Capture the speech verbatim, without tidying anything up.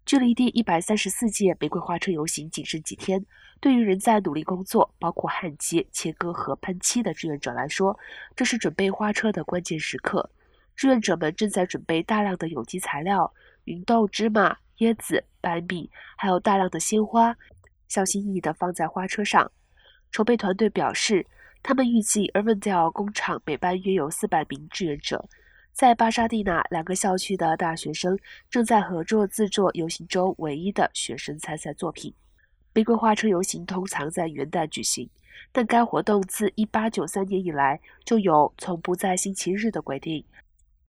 距离第一百三十四届玫瑰花车游行仅剩几天，对于仍在努力工作，包括焊接、切割和喷漆的志愿者来说，这是准备花车的关键时刻。志愿者们正在准备大量的有机材料、芸豆、芝麻、椰子、白米，还有大量的鲜花，小心翼翼地放在花车上。筹备团队表示，他们预计 Irvindale 工厂每班约有四百名志愿者。在巴沙蒂纳，两个校区的大学生正在合作制作游行中唯一的学生参赛作品。玫瑰花车游行通常在元旦举行，但该活动自一八九三年以来就有从不在星期日的规定。